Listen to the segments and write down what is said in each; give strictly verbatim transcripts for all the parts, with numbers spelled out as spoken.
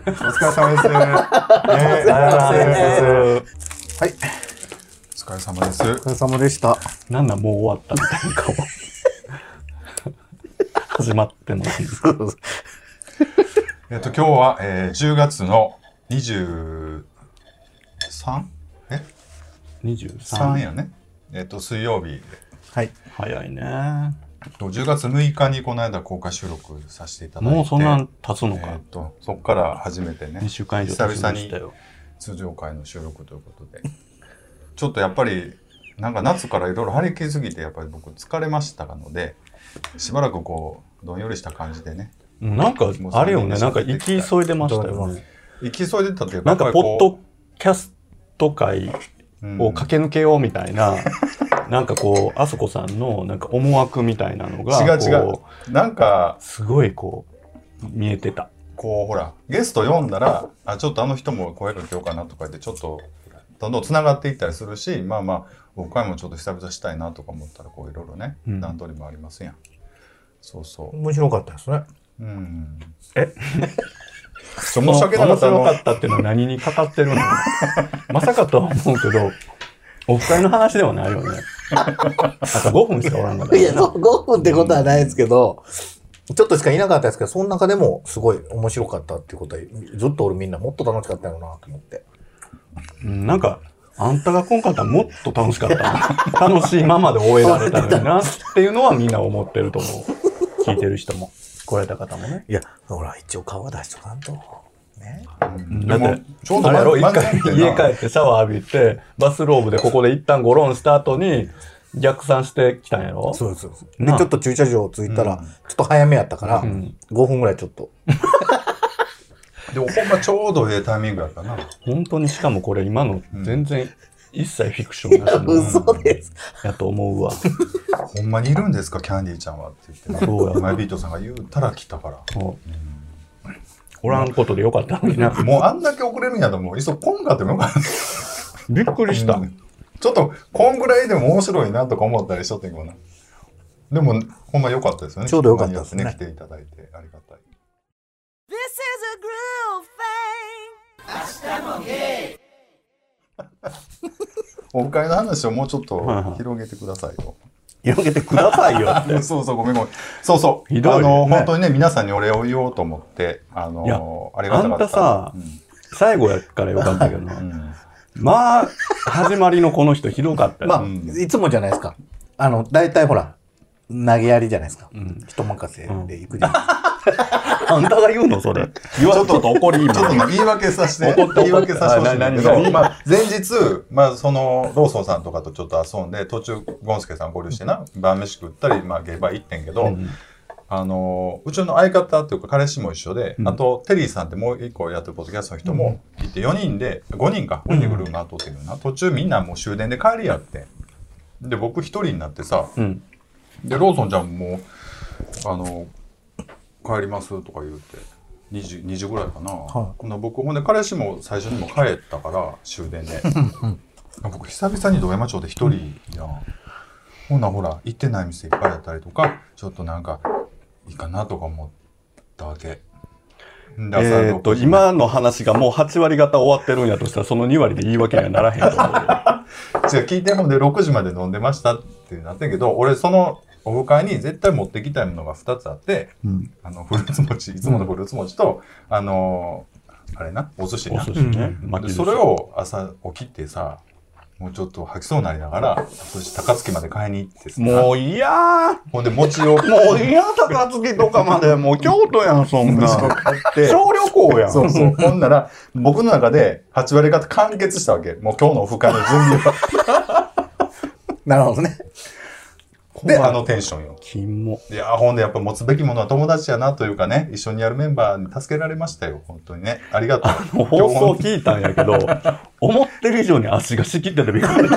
お疲れ様です。えー、はい。お疲れ様です。 お疲れ様でした。 なんだ、もう終わったみたいな顔。始まってんのに。 えっと、今日は、えー、じゅうがつのにじゅうさん？え ? にじゅうさん? さんやね。えっと、水曜日で。 はい。 早いね。 じゅうがつむいかにこの間公開収録させていただいて。 もうそんなん経つのか。 えっと、そっから初めてね。 にしゅうかん以上経ちましたよ。 久々に通常回の収録ということで。ちょっとやっぱり、なんか夏からいろいろ張り切りすぎて、やっぱり僕疲れましたので、しばらくこう、どんよりした感じでね。 なんか、あれよね、なんか行き急いでましたよね。 行き急いでたっていうか、 なんか、ポッドキャスト界を駆け抜けようみたいな、なんかこう、あそこさんのなんか思惑みたいなのが、 違う違う。なんか、 すごいこう、見えてた。 こう、ほら、ゲスト読んだら、あ、ちょっとあの人も声かけようかなとか言って、ちょっと、どんどん繋がっていったりするし、まあまあ、僕はもちょっと久々したいなとか思ったら、こういろいろね、段取りもありますやん。そうそう。 面白かったですね。 うん。 え申し訳なかったの。 面白かったっていうのは何にかかってるのまさかとは思うけど、オフ会の話ではないよね。あとごふんしかおらんかった。 いや、ごふんってことはないですけど、ちょっとしかいなかったですけど、その中でもすごい面白かったっていうことは、ずっと俺みんなもっと楽しかったよなと思って。 うん、なんか、あんたが来んかったらもっと楽しかったな。楽しいままで終えられたのになっていうのはみんな思ってると思う。聞いてる人も、来られた方もね。 いや、ほら、一応顔は出しとかんと。ね。 うん、だって、ちょうどあれやろ、一回家帰ってシャワー浴びて、バスローブでここで一旦ゴロンした後に、逆算してきたんやろ。 そうそうそう。で、ちょっと駐車場着いたら、うん、ちょっと早めやったから、うん、ごふんぐらいちょっと。 でもほんまちょうどええタイミングやったな。 本当に、しかもこれ今の全然一切フィクションなしの、 うん、嘘です。 やと思うわ。 ほんまにいるんですか、キャンディーちゃんはって言って。そうや。マイビートさんが言うたら来たから。うん、 おらんことでよかったのにな。 もうあんだけ遅れるんやったらもういっそこんかってもよかった。 びっくりした、うん。 ちょっとこんぐらいでも面白いなとか思ったりしとってんけどな。でもほんま良かったですよね。 ちょうど良かったですね。 来ていただいてありがたい。This is a groove thing. 明日もゲイ。オフ会の話をもうちょっと広げてくださいよ。 広げてくださいよって。 そうそう、ごめんごめん。そうそう。ひどい、ね。あの、本当にね、皆さんにお礼を言おうと思って、あの、ありがたかった。 あんたさ、うん、最後やからよかったけどな。うん、まあ、始まりのこの人ひどかったよ。 まあ、いつもじゃないですか。あの、大体ほら、投げやりじゃないですか。うん、人任せで行くじゃないですか。 あんたが言うのそれ。言わちょっと怒り今。 ちょっと言い訳させて。言い訳させてほしいんだけど、まあ、前日、まあ、その、ローソンさんとかとちょっと遊んで、途中、ゴンスケさん合流してな、晩飯食ったり、まあ、ゲーバー行ってんけど、うん、あの、うちの相方っていうか、彼氏も一緒で、うん、あと、テリーさんってもう一個やってるポッドキャストの人もいて、よにんで、ごにんか、ごにんグループ回っとってるな。途中みんなもう終電で帰りやって。で、僕一人になってさ、うん、で、ローソンちゃんも、あの、帰りますとか言うてにじ、にじぐらいかな、はい、僕ほんで彼氏も最初にも帰ったから終電で僕久々に堂山町で一人やん、うん、ほんなほら行ってない店いっぱいやったりとかちょっとなんかいいかなとか思ったわけ。 えーっと今の話がもうはちわり方終わってるんやとしたらそのにわりで言い訳にはならへんと思うよ。 違う聞いてもんでろくじまで飲んでましたってなってんけど俺そのオフ会に絶対持ってきたいものがふたつあって、うん、あのフルーツ餅いつものフルーツ餅と、うん、あのー、あれなお寿司なお寿司ね、うん、でそれを朝起きてさもうちょっと吐きそうになりながらそして高槻まで買いに行ってさもういやーほんで餅をもういや高槻とかまでもう京都やんそんな小旅行やんそうそうほんなら僕の中ではちわり方完結したわけもう今日のオフ会の準備はなるほどねで、あのテンションよ。 金も。 いや、ほんでやっぱ持つべきものは友達やなというかね、一緒にやるメンバーに助けられましたよ。本当にね。ありがとう。 あの放送聞いたんやけど、思ってる以上に足がしきっててびっくりした。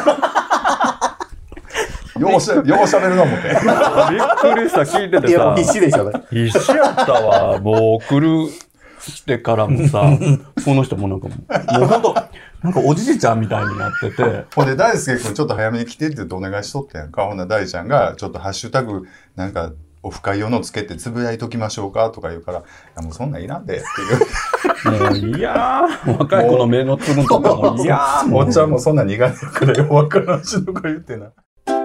ようしゃ、よう喋るな思って。びっくりした、聞いててさ。いや、 必死でしょ、ね。 必死やったわ。もう来る、してからもさ、この人もなんかもう、もうほんと、なんかおじいちゃんみたいになってて。 ほんで、大輔君ちょっと早めに来てって言ってお願いしとったやんか。ほんな大ちゃんが、ちょっとハッシュタグ、なんか、オフ会用のつけてつぶやいときましょうかとか言うから、いやもうそんなんいらんでっていう。 もういやー、若い子の目のつぶんとかもいやー、 おっちゃんもそんな苦手だからよくわからんしとか言ってな。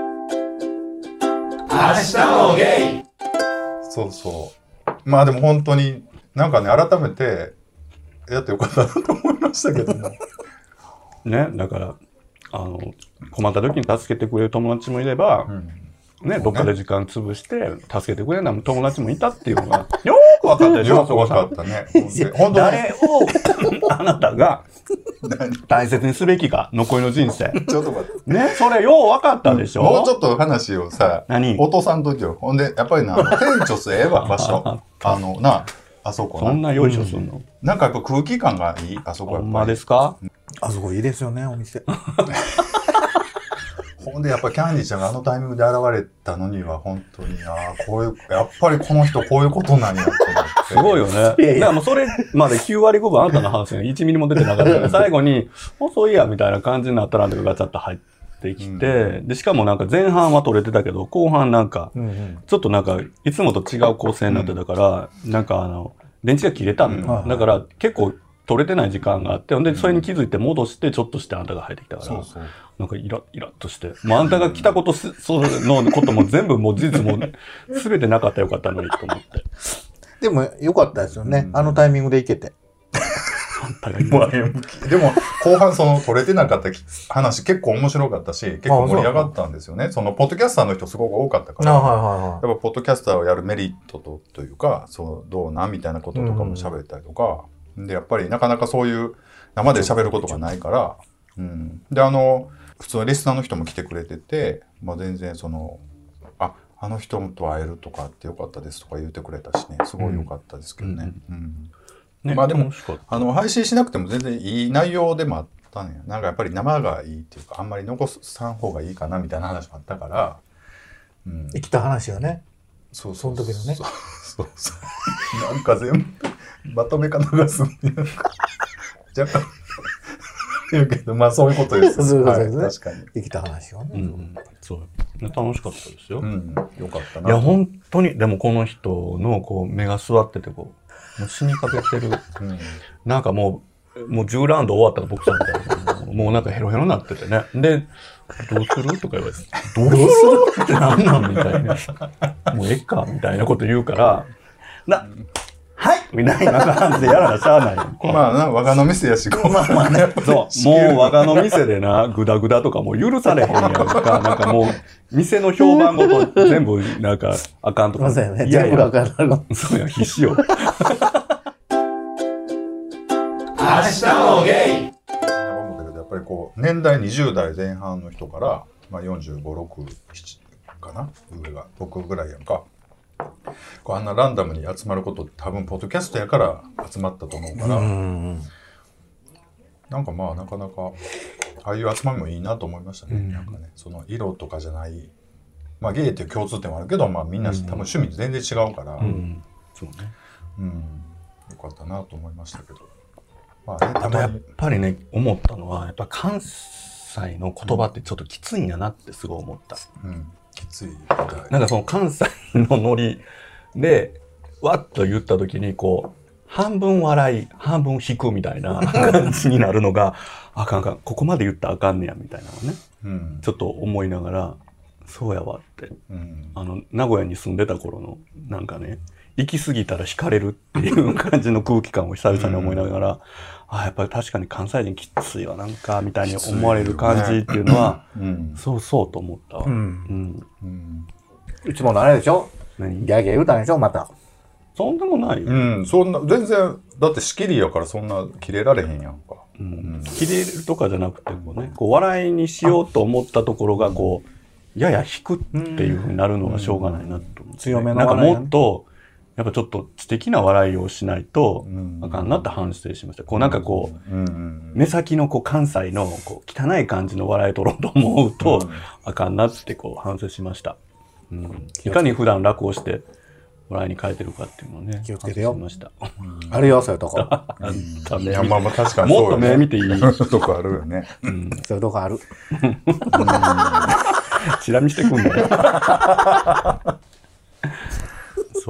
明日もゲイ。そうそう。まあでも本当になんかね、改めてやってよかったなと思いましたけども。 ね、だから、あの、困った時に助けてくれる友達もいれば、うんね、どっかで時間潰して助けてくれる友達もいたっていうのがよーく分かったでしょ。 よく分かったね。 本当誰をあなたが大切にすべきか、残りの人生。 ちょっと待って。 ね、それよう分かったでしょ。 もうちょっと話をさ、 何お父さんときよ。ほんで、やっぱりな、店長すええわ、場所。あの、な、あそこな。 そんなよいしょすんの、うん、 なんかやっぱ空気感がいい、あそこやっぱり。 ほんまですか？ あそこいいですよね、お店。 ほんでやっぱりキャンディーちゃんがあのタイミングで現れたのには本当にな、こういうやっぱりこの人こういうことなんやと思ってすごいよね。いやいやもうそれまできゅうわりごぶんあなたの話がいちミリも出てなかったので最後にもうそういやみたいな感じになったらガチャッと入ってきて、うん、でしかもなんか前半は取れてたけど後半なんかちょっとなんかいつもと違う構成になってたから、うん、なんかあの電池が切れたのよ、うん、だから結構取れてない時間があって、ほんでそれに気づいて戻してちょっとしてあんたが入ってきたから、そうそうなんかイライラっとして、もうあんたが来たことす、そのことも全部もう事実も全てなかったらよかったのにと思って。 でもよかったですよね、うん、あのタイミングでいけて。 あんたが今でも後半その取れてなかった話結構面白かったし、結構盛り上がったんですよね。そのポッドキャスターの人すごく多かったから、はいはいはい、やっぱポッドキャスターをやるメリットとというか、そうどうなんみたいなこととかも喋ったりとか。うんでやっぱりなかなかそういう生で喋ることがないから、うん、であの普通のリスナーの人も来てくれてて、まあ、全然そのああの人と会えるとかってよかったですとか言ってくれたしね、すごいよかったですけどね。うんうんねまあでもあの配信しなくても全然いい内容でもあったね。なんかやっぱり生がいいっていうかあんまり残さん方がいいかなみたいな話もあったから、 うん、生きた話よね。 そうそうその時のね。 そうそうそうなんか全部まとめ方がすごい若干言うけどまあそういうことです。 そういうことですね。 はい、確かに生きた話をね。うんうん、 そう楽しかったですよ。うん、 よかったな。 いや本当にでもこの人のこう目が座っててこうもう死にかけてる、うん、なんかもうもうじゅうラウンド終わったらボクサーみたいなもうなんかヘロヘロになっててね。でどうするとか言われてどうするってなんなんみたいなもうええかみたいなこと言うからな。はいみたいな感じでやらなしゃあないよ。 まあな、我がの店やし、まあまあね。 そう。もう我がの店でな、グダグダとかもう許されへんやんか。なんかもう、店の評判ごと全部なんかあかんとか。 そうやね。全部あかんなる。 そうや、必死よ。明日もゲイやっぱりこう、年代にじゅうだいぜん半の人から、まあよんじゅうご、ろく、ななかな上がろくぐらいやんか。こうあんなランダムに集まることって多分ポッドキャストやから集まったと思うから、うんなんかまあなかなかああいう集まりもいいなと思いましたね。うん、なんかねその色とかじゃないまあゲイっていう共通点もあるけど、まあみんな多分趣味全然違うから、うんうんそうねうん、よかったなと思いましたけど、 まあね、たまにやっぱりね思ったのはやっぱ関西の言葉ってちょっときついんやなってすごい思った。うんきついなんかその関西のノリでわっと言った時にこう半分笑い半分引くみたいな感じになるのがあかんあかんここまで言ったらあかんねやみたいなのね、うん、ちょっと思いながらそうやわって、うん、あの名古屋に住んでた頃のなんかね行き過ぎたら惹かれるっていう感じの空気感を久々に思いながら、うん、あやっぱり確かに関西人きついわなんかみたいに思われる感じっていうのは、ねうん、そうそうと思ったわ、うんうんうん、いつものあれでしょ何ギャーギャー言うたんでしょまたそんなもないよ、 うん、そんな全然だって仕切りやからそんなキレられへんやんか、 うんうん、キレるとかじゃなくてこうねこう笑いにしようと思ったところがこうやや引くっていう風になるのはしょうがないなと思って、うん、 強めのなんかもっとやっぱちょっと知的な笑いをしないとあかんなって反省しました。こうなんかこう、うんうん、目先のこう関西のこう汚い感じの笑い取ろうと思うと、うん、あかんなってこう反省しました。うん、いかに普段楽をして笑いに変えてるかっていうのをね、 気をつけてよ。 反省しました。 うん、あるよそういうとこ。 あんいやまあまあ確かにそうよ、ね、もっと目見ていいとこあるよね。 うん、そういうとこある。 チラ見してくんだよ。そ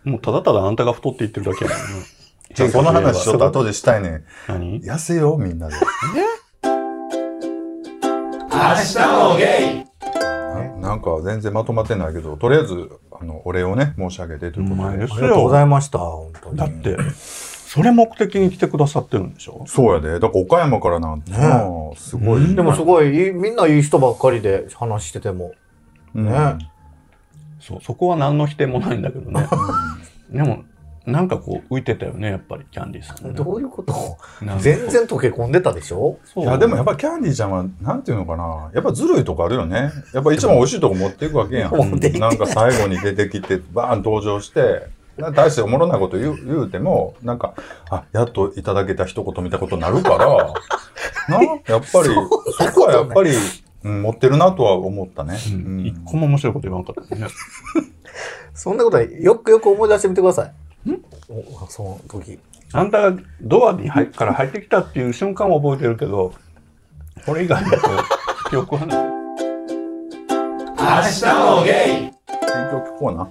もうただただあんたが太っていってるだけやもんね。 じゃあその話ちょっと後でしたいねん。 何？ 痩せよう、みんなで。 明日もゲイな, なんか全然まとまってないけど、とりあえず、あの、お礼をね、申し上げてということで。 ありがとうございました、本当に。 だって、それ目的に来てくださってるんでしょ？ そうやで。だから岡山からなんてな、ね、すごい、 うん。でもすごい、みんないい人ばっかりで話してても。ね、うん。 そう、そこは何の否定もないんだけどね。でも、なんかこう浮いてたよね、やっぱりキャンディーさん、ね。 どういうこと？全然溶け込んでたでしょ？ いや、でもやっぱキャンディーちゃんは、なんていうのかな。やっぱずるいとこあるよね。やっぱ一番美味しいとこ持っていくわけやん。なんか最後に出てきて、バーン登場して、大しておもろなこと言う、言うても、なんか、あ、やっといただけた一言見たことになるから、な、やっぱり、そ, そこはやっぱり、うん、持ってるなとは思ったね。 うん。一個も面白いこと言わんかったね。 そんなことはよくよく思い出してみてください。んその時。 あんたがドアに入から入ってきたっていう瞬間は覚えてるけど、これ以外の記憶はない。 明日もゲイ。 近況聞こうな。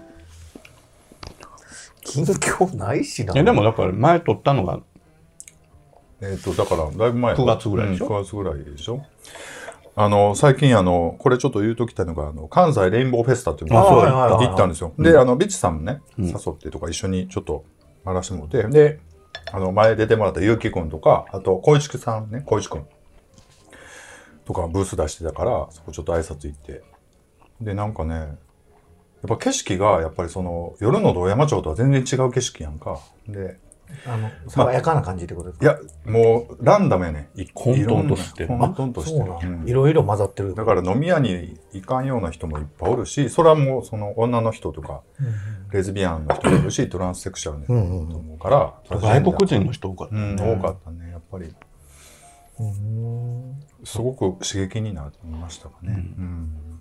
近況ないしな。 いやでもだから前撮ったのが、 えっとだからだいぶ前。 くがつぐらいでしょ。 うん、くがつぐらいでしょ。あの最近あのこれちょっと言うときたいのがあの関西レインボーフェスタっていうのを行ったんですよ。で、あのビッチさんもね、うん、誘ってとか一緒にちょっと回らせてもらって、で、あの前出てもらったゆうきくんとか、あと小石さんね、小石くんとかブース出してたからそこちょっと挨拶行って、でなんかね、やっぱ景色がやっぱりその夜の堂山町とは全然違う景色やんか。で。 あの爽やかな感じってことですか？ いやもうランダムやね。 混沌として混沌としてる。 いろいろ混ざってる。 だから飲み屋に行かんような人もいっぱいおるし、それはもうその女の人とか、うんうん、レズビアンの人もいるし、トランスセクシャルの人もいると思うから、 うんうん、外国人の人多かったね。 うん、多かったねやっぱり。うんすごく刺激になりましたかね。うんうん、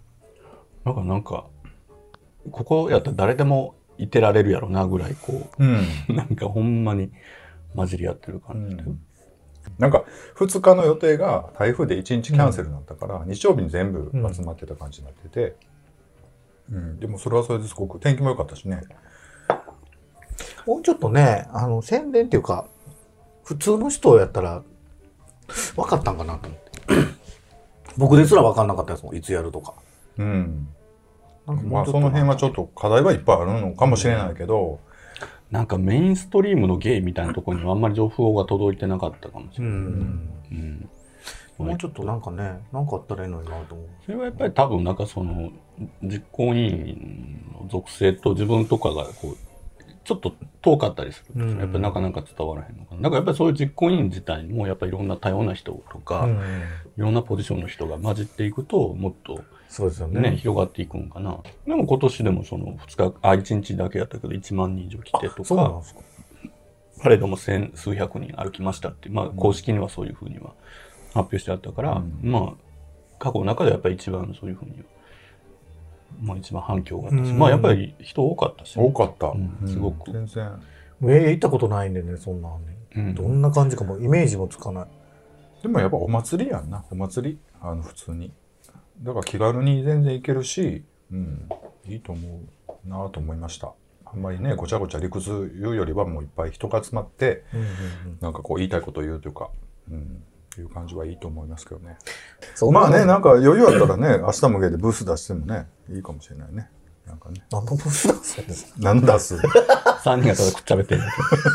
なんかなんかここやったら誰でもいてられるやろなぐらいこう、うん、なんかほんまに混じり合ってる感じで、うん、 なんかふつかの予定が台風でいちにちキャンセルになったから、うん、日曜日に全部集まってた感じになってて、うんうん、でもそれはそれですごく天気も良かったしね。 もうちょっとねあの宣伝っていうか普通の人やったら分かったんかなと思って僕ですら分かんなかったですもん、いつやるとか。 うんまあその辺はちょっと課題はいっぱいあるのかもしれないけど、 なんかメインストリームのゲイみたいなところにはあんまり情報が届いてなかったかもしれない。うんうん、もうちょっとなんかね、なんかあったらいいのになと思う。 それはやっぱり多分なんかその実行委員の属性と自分とかがこうちょっと遠かったりすると、やっぱりなかなか伝わらへんのかな。だからやっぱりそういう実行委員自体もやっぱりいろんな多様な人とか、うん、いろんなポジションの人が混じっていくともっとそうですよね。 ね、広がっていくんかな。でも今年でもそのふつか、あ、いちにちだけやったけどいちまんにん以上来てとか、パレードも千数百人歩きましたって、まあ公式にはそういうふうには発表してあったから、うん、まあ過去の中ではやっぱり一番そういうふうに、まあ一番反響があったし、うん、まあやっぱり人多かったし、 ね。多かった。うん、 すごく。 全然。 えー、行ったことないんでね、そんなね、うん。どんな感じかもイメージもつかない。 でもやっぱお祭りやんな、お祭り。あの普通に。だから気軽に全然行けるし、うん、いいと思うなと思いました。あんまりね、ごちゃごちゃ理屈言うよりはもういっぱい人が集まって、うんうんうん、なんかこう言いたいことを言うというか、うん、いう感じはいいと思いますけどね。まあね、なんか余裕あったらね、明日もゲイでブース出してもね、いいかもしれないね。なんかね。 何のブース出すんですか？ 何出すさんにんがただくっちゃべってる。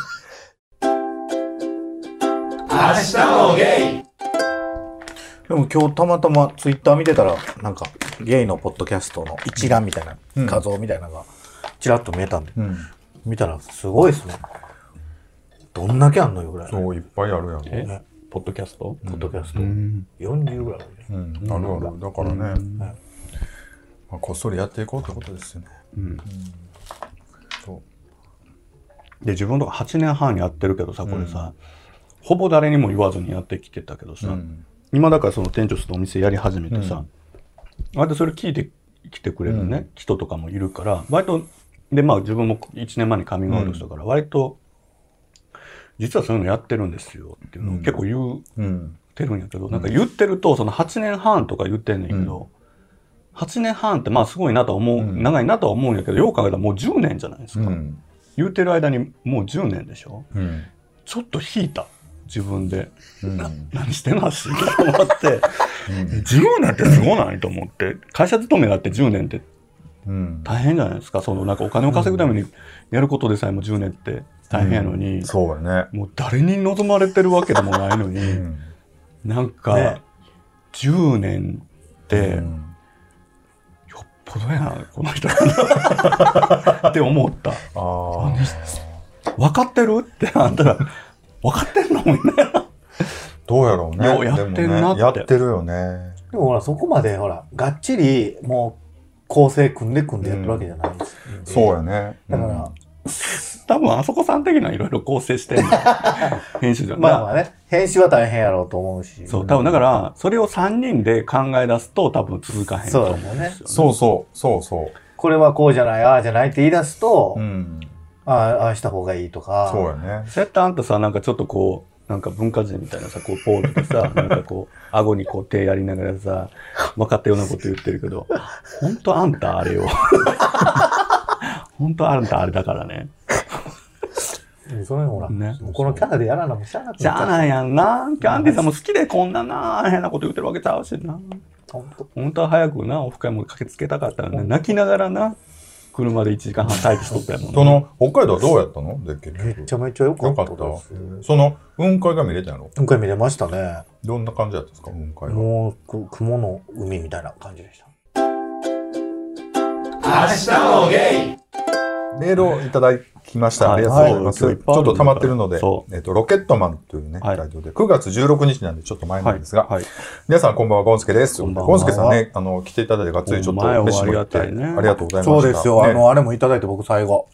明日もゲイ。 でも今日たまたまツイッター見てたらなんかゲイのポッドキャストの一覧みたいな、うん、画像みたいなのがちらっと見えたんで、うん、見たらすごいですね。どんだけあんのよぐらい。 そういっぱいあるやんね。ポッドキャスト、 うん、ポッドキャスト、うん、よんじゅうぐらいあるね。 うん、あるある。だからね、うんまあ、こっそりやっていこうってことですよね。うんうん、 そうで自分とかはちねんはんやってるけどさ、これさ、うん、ほぼ誰にも言わずにやってきてたけどさ、うん今だからその店長とお店やり始めてさ、うん、あとそれ聞いてきてくれるね、うん、人とかもいるから割とでまあ自分もいちねんまえにカミングアウトしたから割と実はそういうのやってるんですよっていうのを結構言ってるんやけど、うん、なんか言ってるとそのはちねんはんとか言ってんねんけど、うん、はちねんはんってまあすごいなとは思う、うん、長いなとは思うんやけどよう考えたらもうじゅうねんじゃないですか、うん、 言うてる間にもうじゅうねんでしょ、 うん、 ちょっと引いた自分で、 うん、 何してんのしと思って、うん、じゅうねんってすごないと思って会社勤めがあってじゅうねんって大変じゃないですか。そのなんかお金を稼ぐためにやることでさえもじゅうねんって大変やのに、 うん、そうやね、 もう誰に望まれてるわけでもないのに、うん、なんかじゅうねんって、うん、よっぽどやなこの人って思った。あ分かってるってあんたら分かってんのみんなどうやろうね。 ようやってんなって、 ね、やってるよね。 でもほらそこまでほらがっちりもう構成組んで組んでやってるわけじゃないです、 うん、そうやね。 だから、うん、 多分あそこさん的にはいろいろ構成してる編集じゃまあまあね、編集は大変やろうと思うし。 そう、多分だからそれをさんにんで考え出すと多分続かへんと思うんですよね。 そうそうそうそう。 これはこうじゃない、ああじゃないって言い出すと、うん、ああ、ああした方がいいとか。 そうやね。 そうやってあんたさ、なんかちょっとこうなんか文化人みたいなさ、こうポーズでさ、なんかこう顎にこう手やりながらさ、分かったようなこと言ってるけど、本当あんたあれよ。本当あんたあれだからね。 それほら、ね、このキャラでやらなもしゃあなくなっちゃう。 しゃあないやんな。キャンディーさんも好きでこんなな変なこと言ってるわけちゃうしな。本当は早くなオフ会も駆けつけたかったらね、泣きながらな。車でいちじかんはん待機しとったやもん、ね、 その北海道はどうやったの？でめっちゃめちゃ良かったです。 その雲海が見れたやろ？ 雲海見れましたね。 どんな感じだったんですか雲海は？ もう雲の海みたいな感じでした。 明日もゲイメールをいただきました。ありがとうございます。はいはい、ちょっと溜まってるので、えっと、ロケットマンというね、はい、ラジオで、くがつじゅうろくにちなんでちょっと前なんですが、はいはい、皆さんこんばんは、ゴンスケです。ゴンスケさんね、あの、来ていただいてがっつりちょっと飯もらって、ありがとうございました。 そうですよ、ね、あの、あれもいただいて僕最後。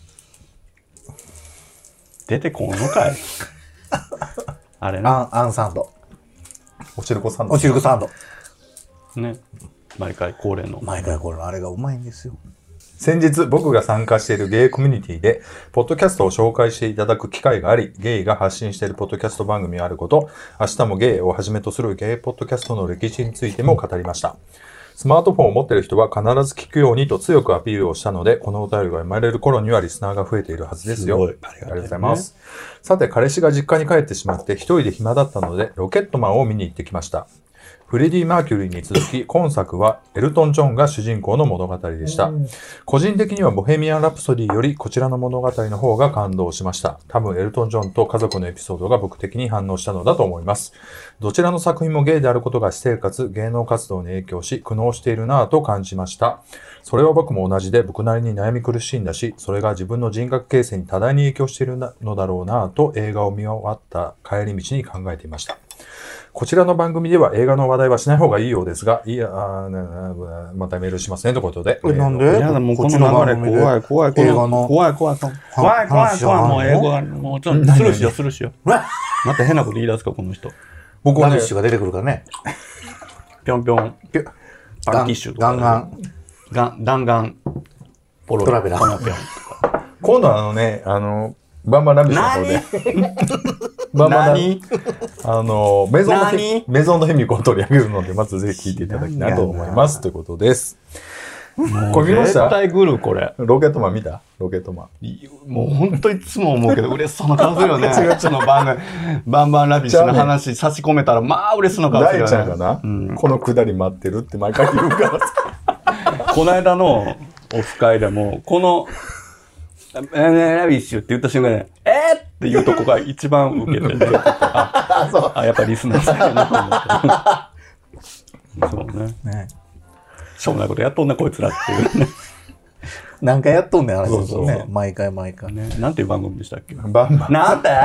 出てこんのかいあれな。 アン、アンサンド。 おしるこサンド。 おしるこサンド。 ね。毎回恒例の。 毎回恒例のあれがうまいんですよ。 先日僕が参加しているゲイコミュニティで、ポッドキャストを紹介していただく機会があり、ゲイが発信しているポッドキャスト番組があること、明日もゲイをはじめとするゲイポッドキャストの歴史についても語りました。スマートフォンを持っている人は必ず聞くようにと強くアピールをしたので、このお便りが生まれる頃にはリスナーが増えているはずですよ。すごい。ありがとうございます。さて、彼氏が実家に帰ってしまって一人で暇だったので、ロケットマンを見に行ってきました。フレディ・マーキュリーに続き、今作はエルトン・ジョンが主人公の物語でした。個人的にはボヘミアン・ラプソディよりこちらの物語の方が感動しました。多分エルトン・ジョンと家族のエピソードが僕的に反応したのだと思います。どちらの作品もゲイであることが私生活、芸能活動に影響し、苦悩しているなぁと感じました。それは僕も同じで僕なりに悩み苦しんだし、それが自分の人格形成に多大に影響しているのだろうなぁと映画を見終わった帰り道に考えていました。こちらの番組では映画の話題はしない方がいいようですが、いや、あまたメールしますねということで。 え、なんで？ いや、もうこの流れ怖い怖い怖い。映画の怖い怖い怖い怖い怖い怖い。もう英語がもうちょっとスルーしようスルーしよう。また変なこと言い出すかこの人。 僕はね、ラビッシュが出てくるからね。 ぴょんぴょん。パンキッシュとか。 ガンガン。 ガン弾丸。ポロトラベラー。 今度あのね、あの。バンバンラビッシュの方で。バンバン何あの、メゾンのヘメゾンのヘミコを取り上げるので、まずぜひ聞いていただきたいと思います。ということです。これ見ました？ 絶対グルこれ。 ロケットマン見た？ロケットマン。もう本当いつも思うけど、嬉しそうな顔するよね。違うその番組、バンバンラビッシュの話差し込めたら、まあ嬉しそうな顔するよね。 大ちゃんがな、うん、このくだり待ってるって毎回言うからさ。この間のオフ会でも、この、ラビッシュって言った瞬間に、えーっていうとこが一番受けてて、あ, あ、やっぱりリスナーさんやなと思って。そうね。ねしょうもないことやっとんなこいつらっていうね。 何回やっとんねん話ですよね。毎回毎回ね。 なんていう番組でしたっけ？ バンバン。 なんて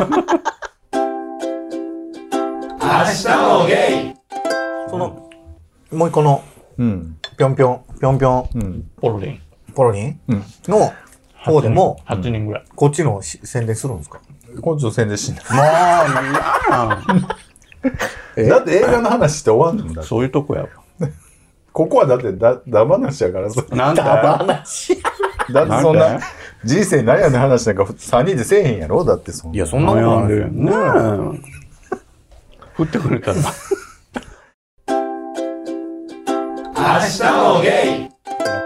明日もゲイ。 その、もう一個の、うん、ぴょんぴょん、ぴょんぴょん、うん、 ポロリン。 ポロリン、うん、の、方でも、 はちにんぐらい。 こっちの宣伝するんですか？ こっちの宣伝しない。 まあ、 なんだって映画の話して終わんんだ。 そういうとこやわ。 ここはだってだ、だ話やからさ。 なんだ話だってそんな、人生悩んで話なんかさんにんでせえへんやろだってそんな。 いや、そんなこと悩んでるやんね。振ってくれたら。 明日もゲイ。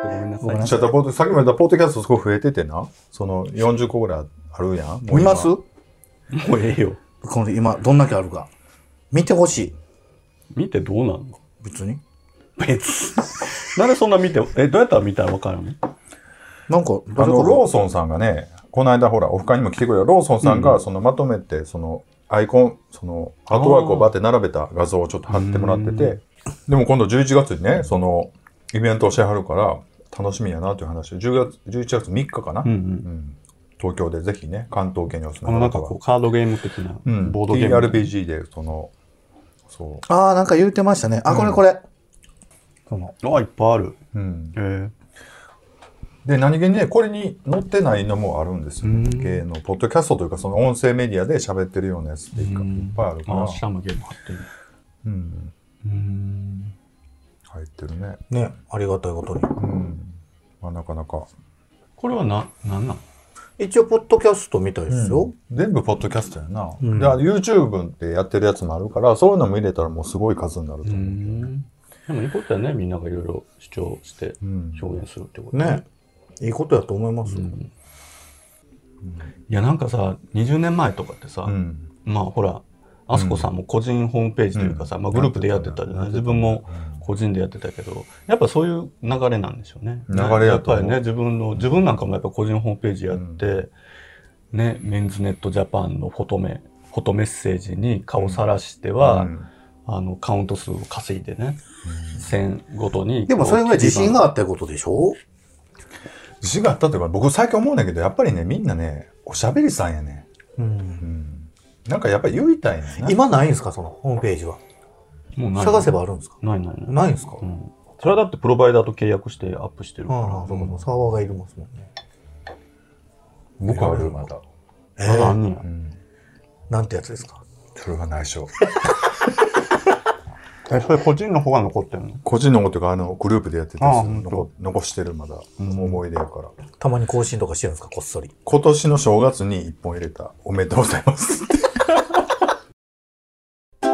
ごめんなさい。 ちょっとポッドさっきも言ったポッドキャストすごい増えててな。そのよんじゅっこぐらいあるやん。 見ますもうええよ。 この今、どんだけあるか。見てほしい。 見てどうなんの別に別。なんでそんな見て、え、どうやったら見たらわかるのなんか、 あの、ローソンさんがね、この間ほら、オフ会にも来てくれたローソンさんが、そのまとめて、その、アイコン、その、アートワークをバーって並べた画像をちょっと貼ってもらってて、でも今度じゅういちがつにね、その、イベントをしてはるから、楽しみやなという話を、じゅうがつ、じゅういちがつみっかかな、うんうんうん、東京でぜひね、関東圏にお住まいの方は。 なんかこう、カードゲーム的な、 うん、 ボードゲーム。 ティーアールピージー で、その、そう。 ああ、なんか言ってましたね。あ、これこれ。 そのあ、いっぱいある。 うん。 へえ。 で、何気にね、これに載ってないのもあるんですよ。ゲーの、ポッドキャストというか、その音声メディアで喋ってるようなやつっていっぱいあるから。 あ、下もゲーム貼ってる。 うん。 うん。 入ってるね。 ね、ありがたいことに。 うん。まあ、なかなか。 これはな、なんなん一応、ポッドキャストみたいですよ。 うん、全部ポッドキャストやな。うん、で、YouTube でやってるやつもあるから、そういうのも入れたらもうすごい数になると思う。うんでもいいことだね、みんながいろいろ主張して表現するってことね。 ね。いいことやと思いますよ。うん、 いや、なんかさ、にじゅうねんまえとかってさ、うん、まあほら、あすこさんも個人ホームページというかさ、うん、まあグループでやってたじゃない、自分も個人でやってたけど、やっぱそういう流れなんでしょうね。 流れやっぱりね、自分の、自分なんかもやっぱ個人ホームページやって、うん、ね、メンズネットジャパンのフォトメ、フォトメッセージに顔さらしては、うん、あの、カウント数を稼いでね、うん、線ごとに。 でもそれぐらい自信があったことでしょ？ 自信があったというか、僕最近思うんだけど、やっぱりね、みんなね、おしゃべりさんやね。うん。うん、なんかやっぱり言いたいねんな。 今ないんですか、そのホームページは。もうない。探せばあるんですか？ ないないない。 ないんですか？ うん。それはだってプロバイダーと契約してアップしてるから。 ああ、そうか、サーバーがいるますもんね。 僕はある、まだ。 えー、まだあんねや。うん。 なんてやつですか？ それは内緒。 え、それ個人の方が残ってるの？ 個人の方というか、あの、グループでやってたやつ残、残してる、まだ。うん、思い出やから。 たまに更新とかしてるんですか、こっそり。 今年の正月に一本入れた。おめでとうございます。 明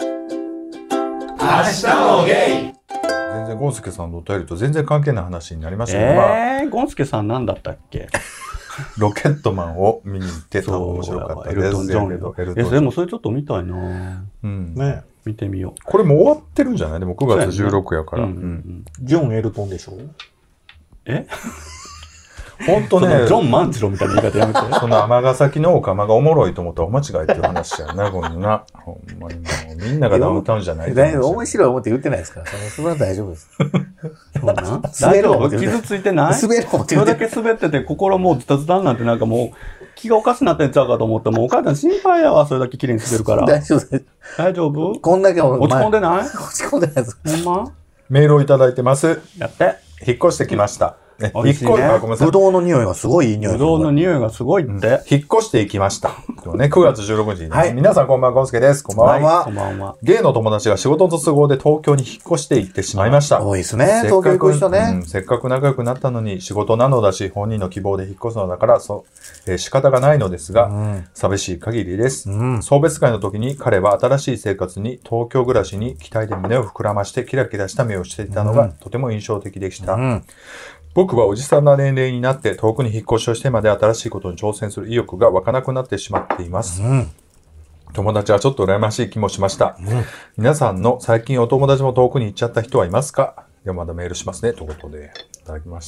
日もゲイ。 全然ゴンスケさんのお便りと全然関係ない話になりましたけど、 えー、ゴンスケさんなんだったっけ？ ロケットマンを見に行って多分面白かったです。エルトン・ジョン。エルトン・ジョン。 でもそれちょっと見たいな。 うん。 ね。見てみよう。 これもう終わってるんじゃない？でもくがつじゅうろくやから。 ジョン・エルトンでしょ？ え？ 本当ね。 ジョン万次郎みたいな言い方やめて。 その尼崎のオカマがおもろいと思ったらお間違いっていう話やな、こんな。ほんまにもうみんながダウンタウンじゃない。 だいぶ面白い思って言ってないですから、それは大丈夫です。 そうな。大丈夫？傷ついてない？ 滑る思って言って。それだけ滑ってて心もうズタズタになってなんかもう気がおかしなってんちゃうかと思ってもうお母さん心配やわ、それだけ綺麗に滑るから。 大丈夫です。 大丈夫？ こんだけ落ち込んでない？ 落ち込んでないです。 ほんま？ メールをいただいてます。 やって。 引っ越してきました。 ね、引っ越し、ね、 ぶどうの匂いがすごいいい匂い。 ぶどうの匂いがすごいって。うん、 引っ越していきました。ね、くがつじゅうろくにちに、ね。はい。皆さんこんばんは、ゴンスケです。こんばんは。 こんばんは。 ゲイの友達が仕事の都合で東京に引っ越して行ってしまいました。 多いですね、東京行く人ね、 うん。せっかく仲良くなったのに仕事なのだし、本人の希望で引っ越すのだから、そう、えー、仕方がないのですが、うん、寂しい限りです、うん。送別会の時に彼は新しい生活に、東京暮らしに期待で胸を膨らましてキラキラした目をしていたのが、とても印象的でした。うん、僕はおじさんな年齢になって遠くに引っ越しをしてまで新しいことに挑戦する意欲が湧かなくなってしまっています。うん、友達はちょっと羨ましい気もしました。うん、皆さんの最近お友達も遠くに行っちゃった人はいますか？ではまだメールしますね。ということでいただきました。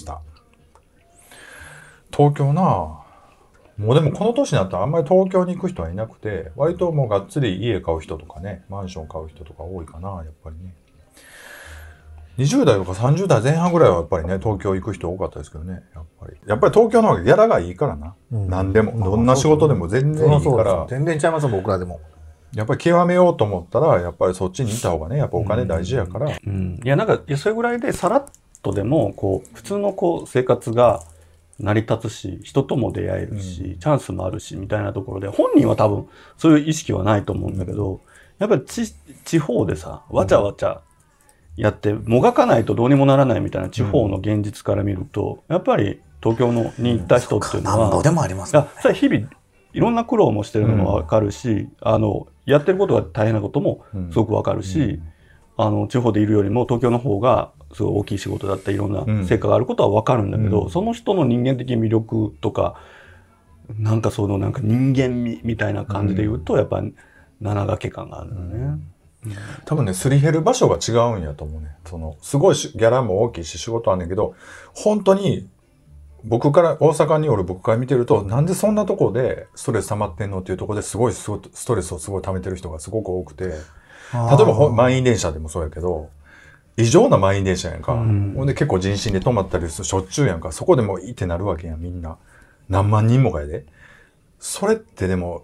東京なぁ。もうでもこの年になったらあんまり東京に行く人はいなくて、割ともうがっつり家買う人とかね、マンション買う人とか多いかな、やっぱりね。にじゅう代とかさんじゅう代前半ぐらいはやっぱりね、東京行く人多かったですけどね、やっぱり。やっぱり東京の方がギャラがいいからな。うん、何でも。どんな仕事でも全然いいから。 全然ちゃいます僕らでも。 やっぱり極めようと思ったら、やっぱりそっちにいた方がね、やっぱお金大事やから。 うん。うん、いや、なんか、いや、それぐらいでさらっとでも、こう、普通のこう、生活が成り立つし、人とも出会えるし、うん、チャンスもあるし、みたいなところで、本人は多分、そういう意識はないと思うんだけど、やっぱり地、地方でさ、わちゃわちゃ、うんやって、もがかないとどうにもならないみたいな地方の現実から見ると、うん、やっぱり東京のに行った人っていうのは、 なんぼでもありますね。 いや、それは日々、いろんな苦労もしてるのもわかるし、うん、あの、やってることが大変なこともすごくわかるし、うん、あの、地方でいるよりも東京の方がすごい大きい仕事だったりいろんな成果があることは分かるんだけど、うん、その人の人間的魅力とかなんかそのなんか人間味みたいな感じで言うと、うん、やっぱ七掛け感があるんだよね、うんうん、多分ねすり減る場所が違うんやと思うね。そのすごいギャラも大きいし仕事あんねんけど、本当に僕から大阪におる僕から見てると、なんでそんなとこでストレス溜まってんのっていうところですごいストレスをすごい溜めてる人がすごく多くて、例えば満員電車でもそうやけど異常な満員電車やんか、うん、ほんで結構人身で止まったりするしょっちゅうやんか。そこでもいいってなるわけやんみんな。何万人もがやで。それってでも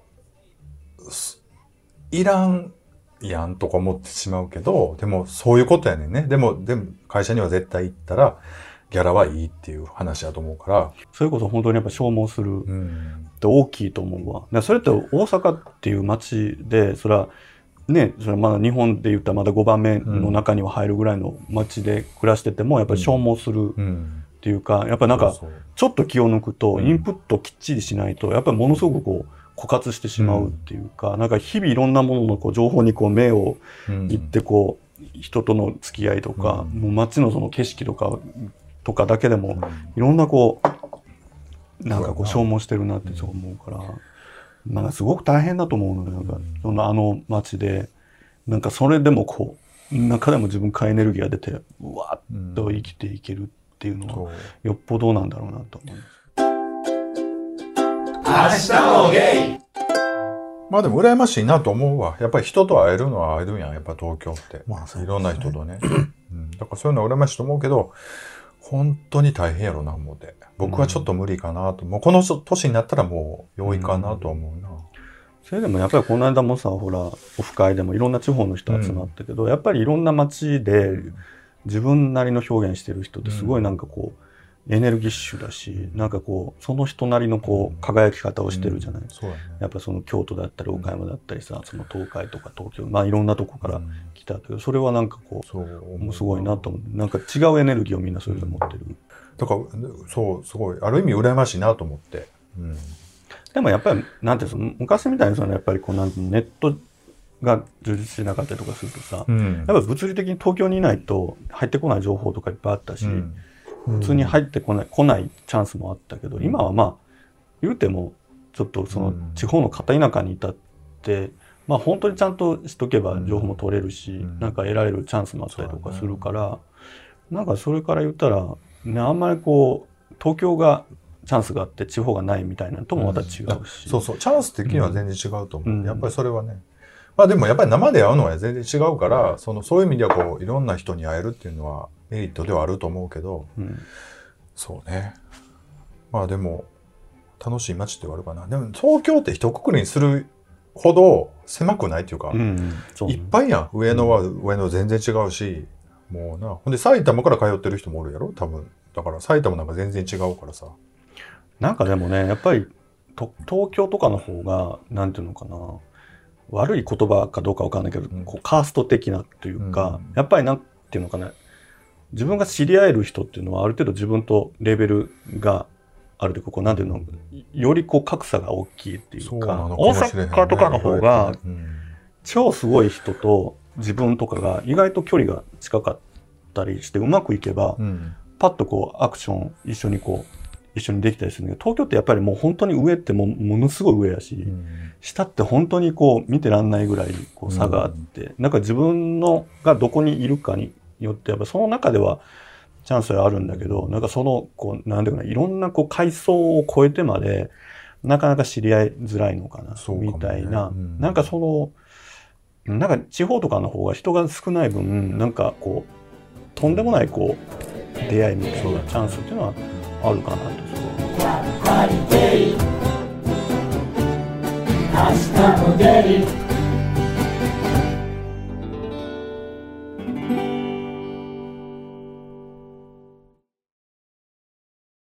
いらんやんとか思ってしまうけど、でもそういうことやねんね。でもでも会社には絶対行ったらギャラはいいっていう話だと思うから、 それこそ本当にやっぱ消耗するって大きいと思うわ。だそれって大阪っていう街で、それはね、それはまだ日本で言ったらまだごばんめの中には入るぐらいの街で暮らしててもやっぱり消耗するっていうか、やっぱりなんかちょっと気を抜くとインプットきっちりしないとやっぱりものすごくこう枯渇してしまうっていうか、なんか日々いろんなもののこう情報にこう目をいってこう人との付き合いとか、もう街のその景色とかとかだけでもいろんなこうなんかこう消耗してるなって思うから、なんかすごく大変だと思うので、なんかそのあの街でなんかそれでもこう中でも自分からエネルギーが出てうわっと生きていけるっていうのはよっぽどなんだろうなと思います。 明日もゲイ。 まあでも羨ましいなと思うわ。やっぱり人と会えるのは会えるんやん、やっぱ東京って、まあね、いろんな人とね、うん、だからそういうのは羨ましいと思うけど、本当に大変やろな思うて、僕はちょっと無理かなと、うん、もうこの年になったらもう容易かなと思うな、うん、 それでもやっぱりこの間もさ、ほらオフ会でもいろんな地方の人集まったけど、うん、やっぱりいろんな街で自分なりの表現してる人ってすごいなんかこうエネルギッシュだし、なんかこうその人なりのこう輝き方をしてるじゃない、うんそうだね、やっぱその京都だったり岡山だったりさ、その東海とか東京、まあいろんなとこから来たけど、それはなんかこう、そう、すごいなと思う。なんか違うエネルギーをみんなそれぞれ持ってる、うん、 だからそうすごいある意味羨ましいなと思って、うん、 でもやっぱりなんていうの、昔みたいにそのやっぱりこうなんてネットが充実しなかったりとかするとさ、うん、やっぱり物理的に東京にいないと入ってこない情報とかいっぱいあったし、うん普通に入ってこない、来ないチャンスもあったけど、今はまあ言うてもちょっとその地方の片田舎にいたって、まあ本当にちゃんとしとけば情報も取れるし、なんか得られるチャンスもあったりとかするから、なんかそれから言ったら、ね、あんまりこう東京がチャンスがあって地方がないみたいなのともまた違うし、うん、 そうそうチャンス的には全然違うと思う、うん、やっぱりそれはね、まあでもやっぱり生で会うのは全然違うから、そのそういう意味ではこういろんな人に会えるっていうのはメリットではあると思うけど、うん、そうね。まあでも楽しい街って言われるかな。でも東京って一括りにするほど狭くないっていうか、うんうん、いっぱいやん。上野は上野全然違うし、もうな。ほんで埼玉から通ってる人もおるやろ多分。だから埼玉なんか全然違うからさ。 なんかでもね、やっぱりと東京とかの方がなんていうのかな。悪い言葉かどうかわかんないけど、うん、こうカースト的なっていうか、うん、やっぱりなんていうのかな。自分が知り合える人っていうのはある程度自分とレベルがあるで、ここなんていうの、よりこう格差が大きいっていうか、う大阪とかの方が超すごい人と自分とかが意外と距離が近かったりしてうまくいけば、うん、パッとこうアクション一緒にこう一緒にできたりするんだけど、東京ってやっぱりもう本当に上ってもものすごい上やし、うん、下って本当にこう見てらんないぐらいこう差があって、うん、なんか自分のがどこにいるかによってやっぱその中ではチャンスはあるんだけど、なんかそのこうなんていうかな、いろんなこう階層を超えてまでなかなか知り合いづらいのかな、ね、みたいな、うん、なんかそのなんか地方とかの方が人が少ない分、なんかこうとんでもないこう出会いみたいなチャンスっていうのはあるかなと。 明日もゲイ